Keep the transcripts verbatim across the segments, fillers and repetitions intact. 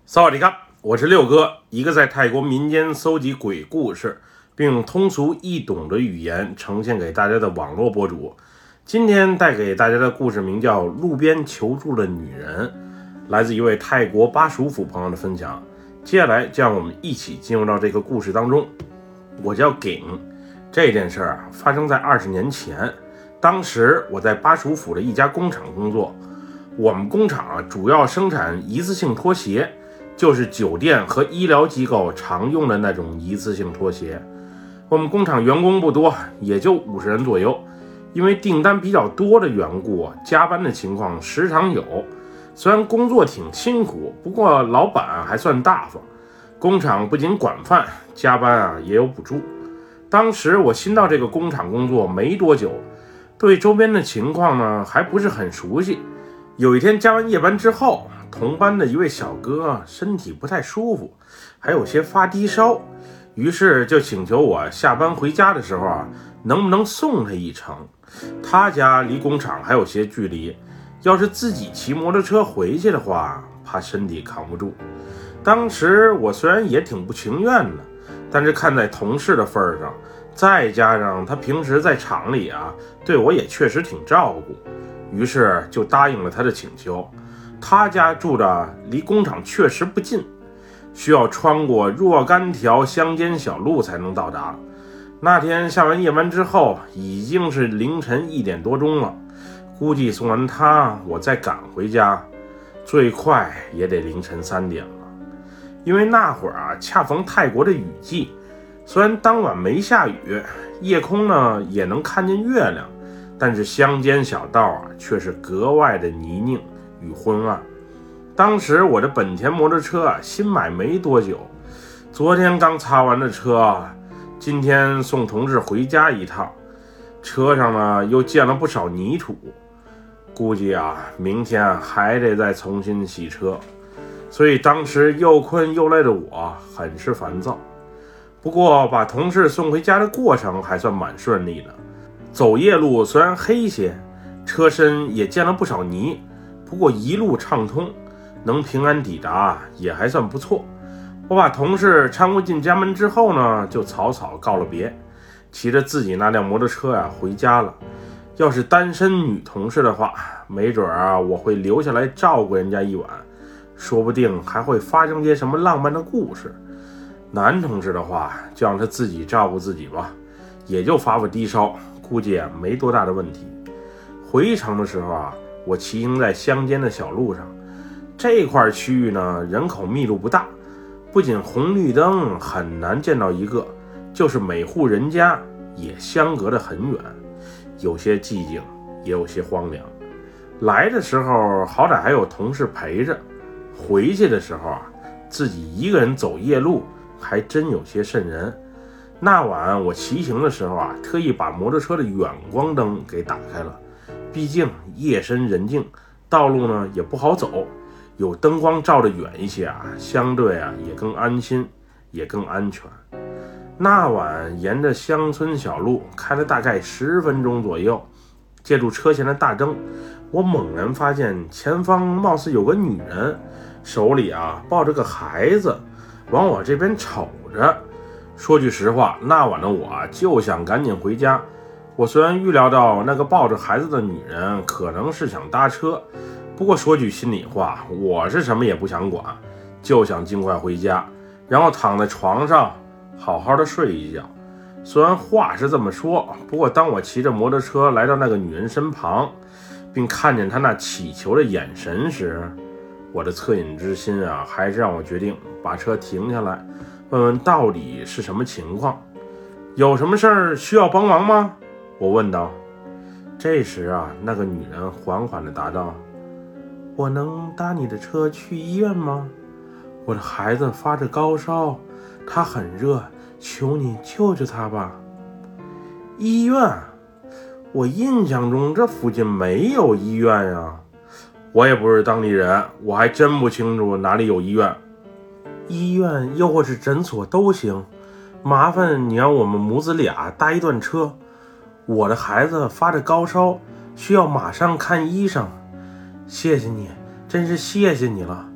萨瓦迪卡，我是六哥，一个在泰国民间搜集鬼故事，并用通俗易懂的语言呈现给大家的网络博主。今天带给大家的故事名叫《路边求助的女人》，来自一位泰国巴蜀府朋友的分享。接下来就让我们一起进入到这个故事当中。我叫景，这件事啊发生在二十年前，当时我在巴蜀府的一家工厂工作。我们工厂啊主要生产一次性拖鞋，就是酒店和医疗机构常用的那种一次性拖鞋。我们工厂员工不多，也就五十人左右。因为订单比较多的缘故，加班的情况时常有。虽然工作挺辛苦，不过老板还算大方。工厂不仅管饭，加班啊也有补助。当时我新到这个工厂工作没多久，对周边的情况呢还不是很熟悉。有一天加完夜班之后，同班的一位小哥身体不太舒服，还有些发低烧，于是就请求我下班回家的时候啊，能不能送他一程。他家离工厂还有些距离，要是自己骑摩托车回去的话，怕身体扛不住。当时我虽然也挺不情愿的，但是看在同事的份上，再加上他平时在厂里啊，对我也确实挺照顾，于是就答应了他的请求。他家住的离工厂确实不近，需要穿过若干条乡间小路才能到达。那天下完夜班之后，已经是凌晨一点多钟了，估计送完他，我再赶回家，最快也得凌晨三点了。因为那会儿啊，恰逢泰国的雨季，虽然当晚没下雨，夜空呢也能看见月亮，但是乡间小道啊，却是格外的泥泞与昏暗。当时我的本田摩托车啊，新买没多久，昨天刚擦完的车，今天送同事回家一趟，车上呢又溅了不少泥土，估计啊明天还得再重新洗车，所以当时又困又累的我很是烦躁。不过把同事送回家的过程还算蛮顺利的，走夜路虽然黑些，车身也溅了不少泥，不过一路畅通，能平安抵达也还算不错。我把同事搀回进家门之后呢，就草草告了别，骑着自己那辆摩托车呀、啊、回家了。要是单身女同事的话，没准啊我会留下来照顾人家一晚，说不定还会发生些什么浪漫的故事。男同事的话，就让他自己照顾自己吧，也就发发低烧，估计啊没多大的问题。回程的时候啊，我骑行在乡间的小路上，这块区域呢人口密度不大，不仅红绿灯很难见到一个，就是每户人家也相隔得很远，有些寂静，也有些荒凉。来的时候好歹还有同事陪着，回去的时候啊，自己一个人走夜路还真有些瘆人。那晚我骑行的时候啊，特意把摩托车的远光灯给打开了，毕竟夜深人静，道路呢也不好走，有灯光照得远一些啊，相对啊也更安心，也更安全。那晚沿着乡村小路开了大概十分钟左右，借助车前的大灯，我猛然发现前方貌似有个女人，手里啊抱着个孩子，往我这边瞅着。说句实话，那晚的我啊就想赶紧回家。我虽然预料到那个抱着孩子的女人可能是想搭车，不过说句心里话，我是什么也不想管，就想尽快回家，然后躺在床上好好的睡一觉。虽然话是这么说，不过当我骑着摩托车来到那个女人身旁，并看见她那乞求的眼神时，我的恻隐之心啊，还是让我决定把车停下来，问问到底是什么情况。有什么事儿需要帮忙吗？我问道。这时啊，那个女人缓缓地答道：我能搭你的车去医院吗？我的孩子发着高烧，他很热，求你救救他吧。医院？我印象中这附近没有医院呀。我也不是当地人，我还真不清楚哪里有医院。医院又或是诊所都行，麻烦你让我们母子俩搭一段车。我的孩子发着高烧，需要马上看医生。谢谢你，真是谢谢你了。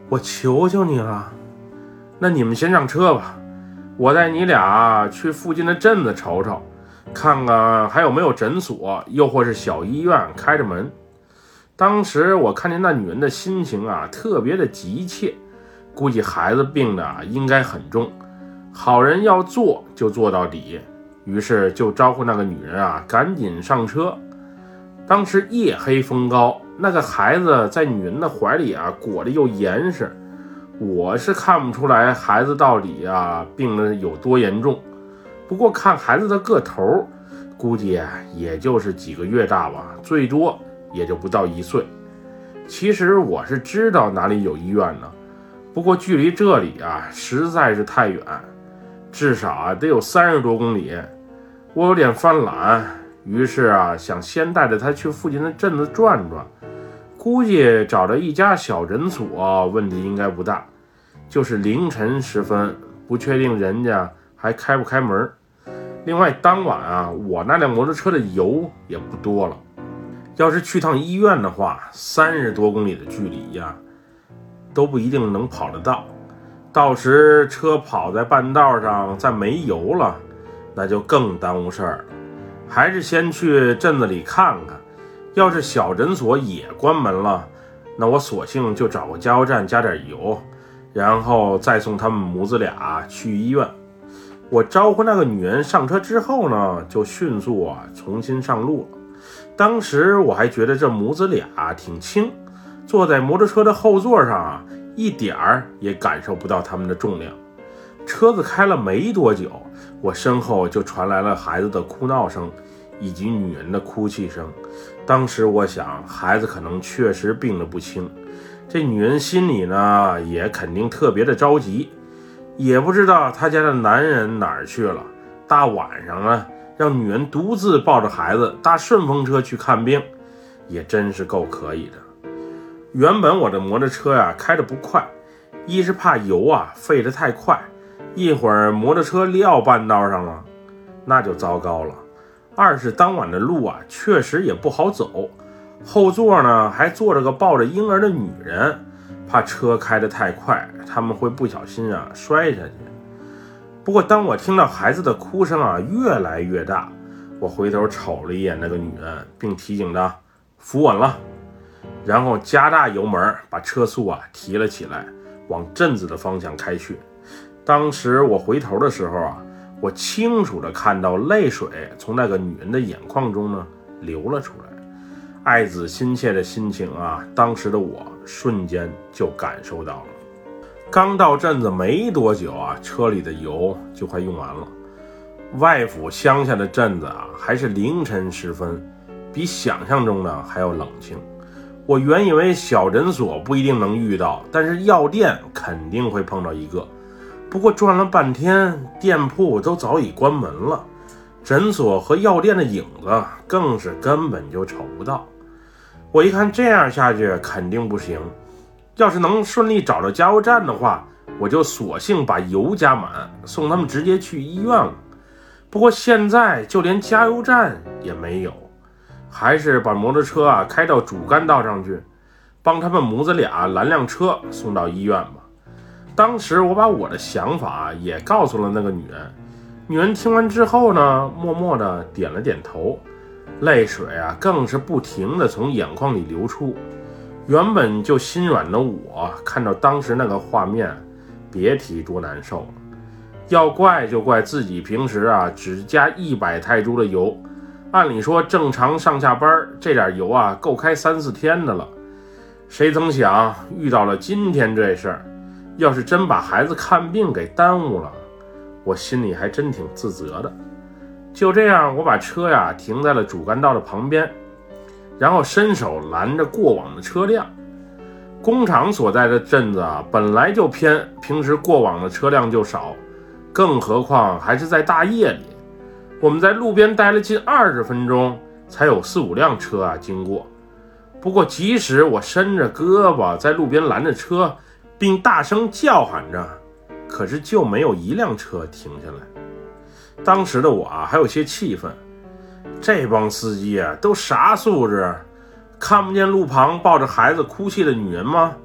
我求求你了，那你们先上车吧，我带你俩去附近的镇子瞅瞅，看看还有没有诊所，又或是小医院开着门。当时我看见那女人的心情啊，特别的急切，估计孩子病的啊应该很重，好人要做就做到底，于是就招呼那个女人啊赶紧上车。当时夜黑风高，那个孩子在女人的怀里啊裹得又严实，我是看不出来孩子到底啊病得有多严重，不过看孩子的个头，估计啊也就是几个月大吧，最多也就不到一岁。其实我是知道哪里有医院的，不过距离这里啊实在是太远，至少啊得有三十多公里。我有点犯懒，于是啊想先带着他去附近的镇子转转，估计找到一家小诊所问题应该不大，就是凌晨时分，不确定人家还开不开门。另外当晚啊我那辆摩托车的油也不多了，要是去趟医院的话，三十多公里的距离呀，都不一定能跑得到。到时车跑在半道上再没油了，那就更耽误事儿了。还是先去镇子里看看，要是小诊所也关门了，那我索性就找个加油站加点油，然后再送他们母子俩去医院。我招呼那个女人上车之后呢，就迅速啊重新上路了。当时我还觉得这母子俩挺轻，坐在摩托车的后座上啊，一点儿也感受不到他们的重量。车子开了没多久，我身后就传来了孩子的哭闹声以及女人的哭泣声。当时我想，孩子可能确实病得不轻，这女人心里呢也肯定特别的着急，也不知道她家的男人哪儿去了，大晚上啊让女人独自抱着孩子搭顺风车去看病，也真是够可以的。原本我的摩托车呀、啊、开得不快，一是怕油啊费得太快，一会儿摩托车撂半道上了，那就糟糕了。二是当晚的路啊确实也不好走，后座呢还坐着个抱着婴儿的女人，怕车开得太快，他们会不小心啊摔下去。不过当我听到孩子的哭声啊越来越大，我回头瞅了一眼那个女人，并提醒她扶稳了，然后加大油门把车速啊提了起来，往镇子的方向开去。当时我回头的时候啊，我清楚地看到泪水从那个女人的眼眶中呢流了出来，爱子心切的心情啊，当时的我瞬间就感受到了。刚到镇子没多久啊，车里的油就快用完了。外府乡下的镇子啊，还是凌晨时分，比想象中的还要冷清。我原以为小诊所不一定能遇到，但是药店肯定会碰到一个。不过转了半天，店铺都早已关门了，诊所和药店的影子更是根本就瞅不到。我一看这样下去肯定不行，要是能顺利找到加油站的话，我就索性把油加满，送他们直接去医院了。不过现在就连加油站也没有，还是把摩托车啊开到主干道上去，帮他们母子俩拦辆车送到医院吧。当时我把我的想法也告诉了那个女人，女人听完之后呢，默默地点了点头，泪水啊更是不停地从眼眶里流出。原本就心软的我看到当时那个画面，别提多难受了。要怪就怪自己平时啊只加一百泰铢的油，按理说正常上下班这点油啊够开三四天的了，谁曾想遇到了今天这事儿，要是真把孩子看病给耽误了，我心里还真挺自责的。就这样，我把车呀停在了主干道的旁边，然后伸手拦着过往的车辆。工厂所在的镇子啊本来就偏，平时过往的车辆就少，更何况还是在大夜里。我们在路边待了近二十分钟，才有四五辆车啊经过。不过即使我伸着胳膊在路边拦着车，并大声叫喊着，可是就没有一辆车停下来。当时的我啊还有些气愤，这帮司机啊都啥素质，看不见路旁抱着孩子哭泣的女人吗？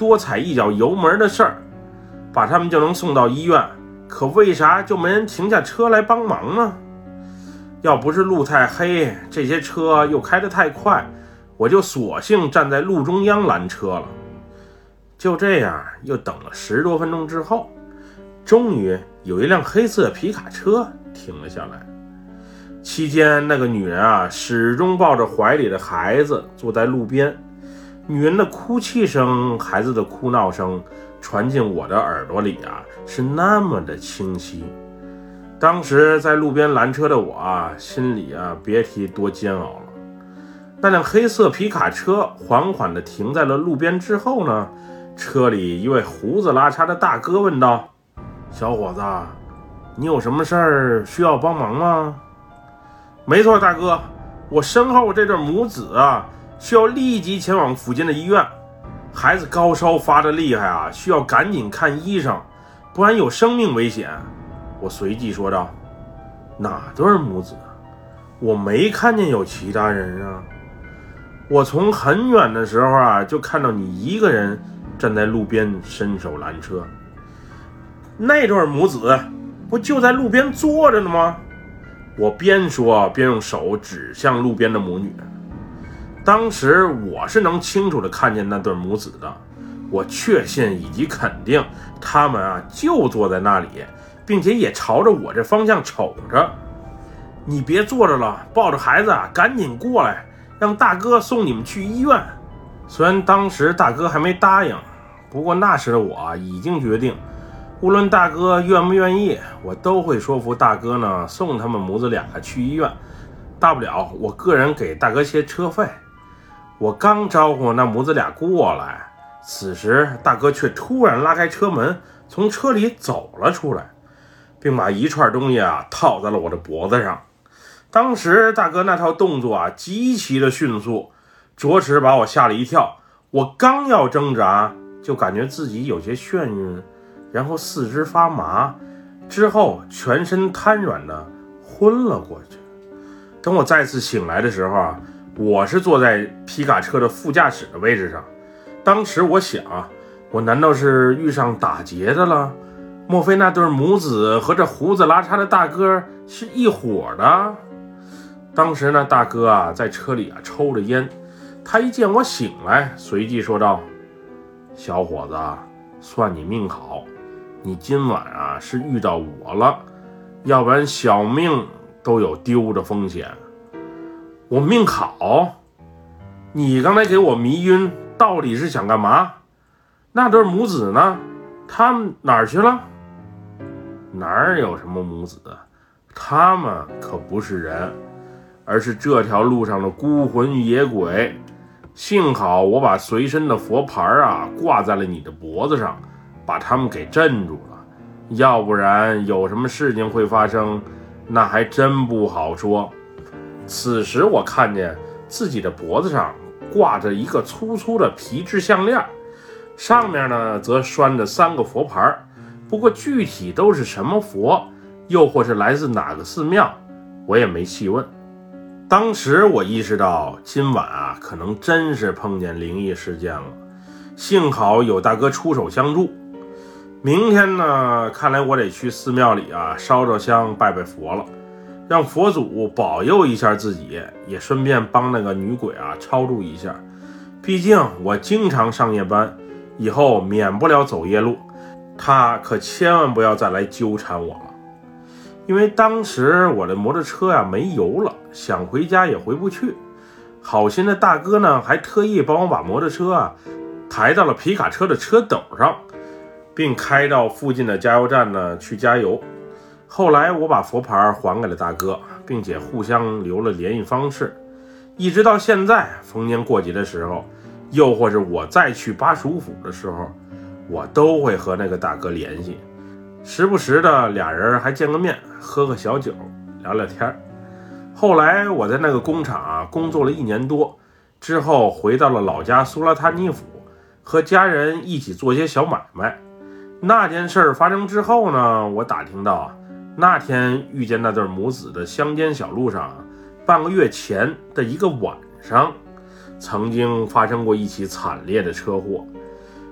多踩一脚油门的事儿，把他们就能送到医院，可为啥就没人停下车来帮忙呢？要不是路太黑，这些车又开得太快，我就索性站在路中央拦车了。就这样又等了十多分钟之后，终于有一辆黑色皮卡车停了下来。期间那个女人啊，始终抱着怀里的孩子坐在路边，女人的哭泣声，孩子的哭闹声传进我的耳朵里啊，是那么的清晰。当时在路边拦车的我啊，心里啊别提多煎熬了。那辆黑色皮卡车缓缓地停在了路边之后呢，车里一位胡子拉碴的大哥问道：小伙子，你有什么事儿需要帮忙吗？没错，大哥，我身后这对母子啊，需要立即前往附近的医院，孩子高烧发得厉害啊，需要赶紧看医生，不然有生命危险。我随即说道：哪对母子？我没看见有其他人啊。我从很远的时候啊，就看到你一个人站在路边伸手拦车。那对母子不就在路边坐着呢吗？我边说边用手指向路边的母女。当时我是能清楚地看见那对母子的，我确信以及肯定他们啊就坐在那里，并且也朝着我这方向瞅着。你别坐着了，抱着孩子啊，赶紧过来，让大哥送你们去医院。虽然当时大哥还没答应，不过那时的我啊已经决定，无论大哥愿不愿意，我都会说服大哥呢送他们母子俩去医院，大不了我个人给大哥些车费。我刚招呼那母子俩过来，此时大哥却突然拉开车门，从车里走了出来，并把一串东西啊套在了我的脖子上。当时大哥那套动作啊极其的迅速，着实把我吓了一跳。我刚要挣扎，就感觉自己有些眩晕，然后四肢发麻，之后全身瘫软的昏了过去。等我再次醒来的时候啊，我是坐在皮卡车的副驾驶的位置上。当时我想，我难道是遇上打劫的了？莫非那对母子和这胡子拉碴的大哥是一伙的？当时呢，大哥啊在车里啊抽着烟，他一见我醒来，随即说道：小伙子，算你命好，你今晚啊是遇到我了，要不然小命都有丢的风险。我命好？你刚才给我迷晕，到底是想干嘛？那对母子呢？他们哪儿去了？哪有什么母子？他们可不是人，而是这条路上的孤魂野鬼。幸好我把随身的佛牌啊挂在了你的脖子上，把他们给镇住了，要不然有什么事情会发生，那还真不好说。此时我看见自己的脖子上挂着一个粗粗的皮质项链，上面呢则拴着三个佛牌，不过具体都是什么佛，又或是来自哪个寺庙，我也没细问。当时我意识到今晚啊可能真是碰见灵异事件了，幸好有大哥出手相助。明天呢，看来我得去寺庙里啊烧烧香拜拜佛了，让佛祖保佑一下自己，也顺便帮那个女鬼啊超度一下。毕竟我经常上夜班，以后免不了走夜路，他可千万不要再来纠缠我了。因为当时我的摩托车呀、啊、没油了，想回家也回不去。好心的大哥呢，还特意帮我把摩托车啊抬到了皮卡车的车斗上，并开到附近的加油站呢去加油。后来我把佛牌还给了大哥，并且互相留了联系方式。一直到现在，逢年过节的时候，又或者我再去巴蜀府的时候，我都会和那个大哥联系。时不时的俩人还见个面，喝个小酒，聊聊天。后来我在那个工厂啊工作了一年多，之后回到了老家苏拉塔尼府，和家人一起做些小买卖。那件事发生之后呢，我打听到那天遇见那对母子的乡间小路上，半个月前的一个晚上，曾经发生过一起惨烈的车祸。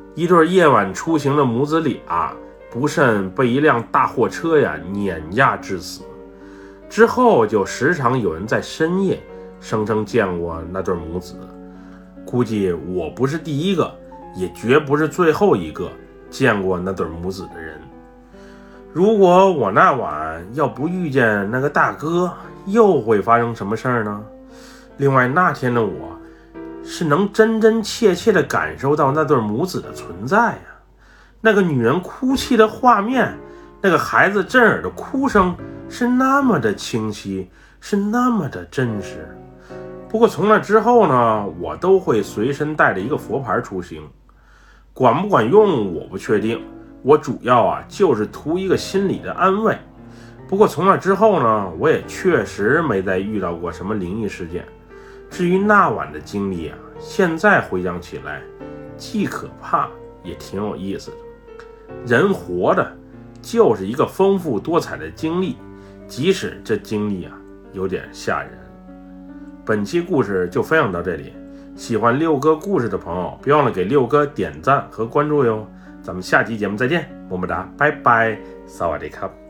一对夜晚出行的母子俩不慎被一辆大货车呀碾压致死。之后就时常有人在深夜声称见过那对母子，估计我不是第一个，也绝不是最后一个见过那对母子的人。如果我那晚要不遇见那个大哥，又会发生什么事儿呢？另外那天的我是能真真切切地感受到那对母子的存在呀、啊，那个女人哭泣的画面，那个孩子震耳的哭声是那么的清晰，是那么的真实。不过从那之后呢，我都会随身带着一个佛牌出行，管不管用我不确定，我主要啊就是图一个心理的安慰。不过从那之后呢，我也确实没再遇到过什么灵异事件。至于那晚的经历啊，现在回想起来，既可怕也挺有意思的。人活的就是一个丰富多彩的经历，即使这经历啊有点吓人。本期故事就分享到这里，喜欢六哥故事的朋友别忘了给六哥点赞和关注哟。咱们下期节目再见，么么哒，拜拜，萨瓦迪卡。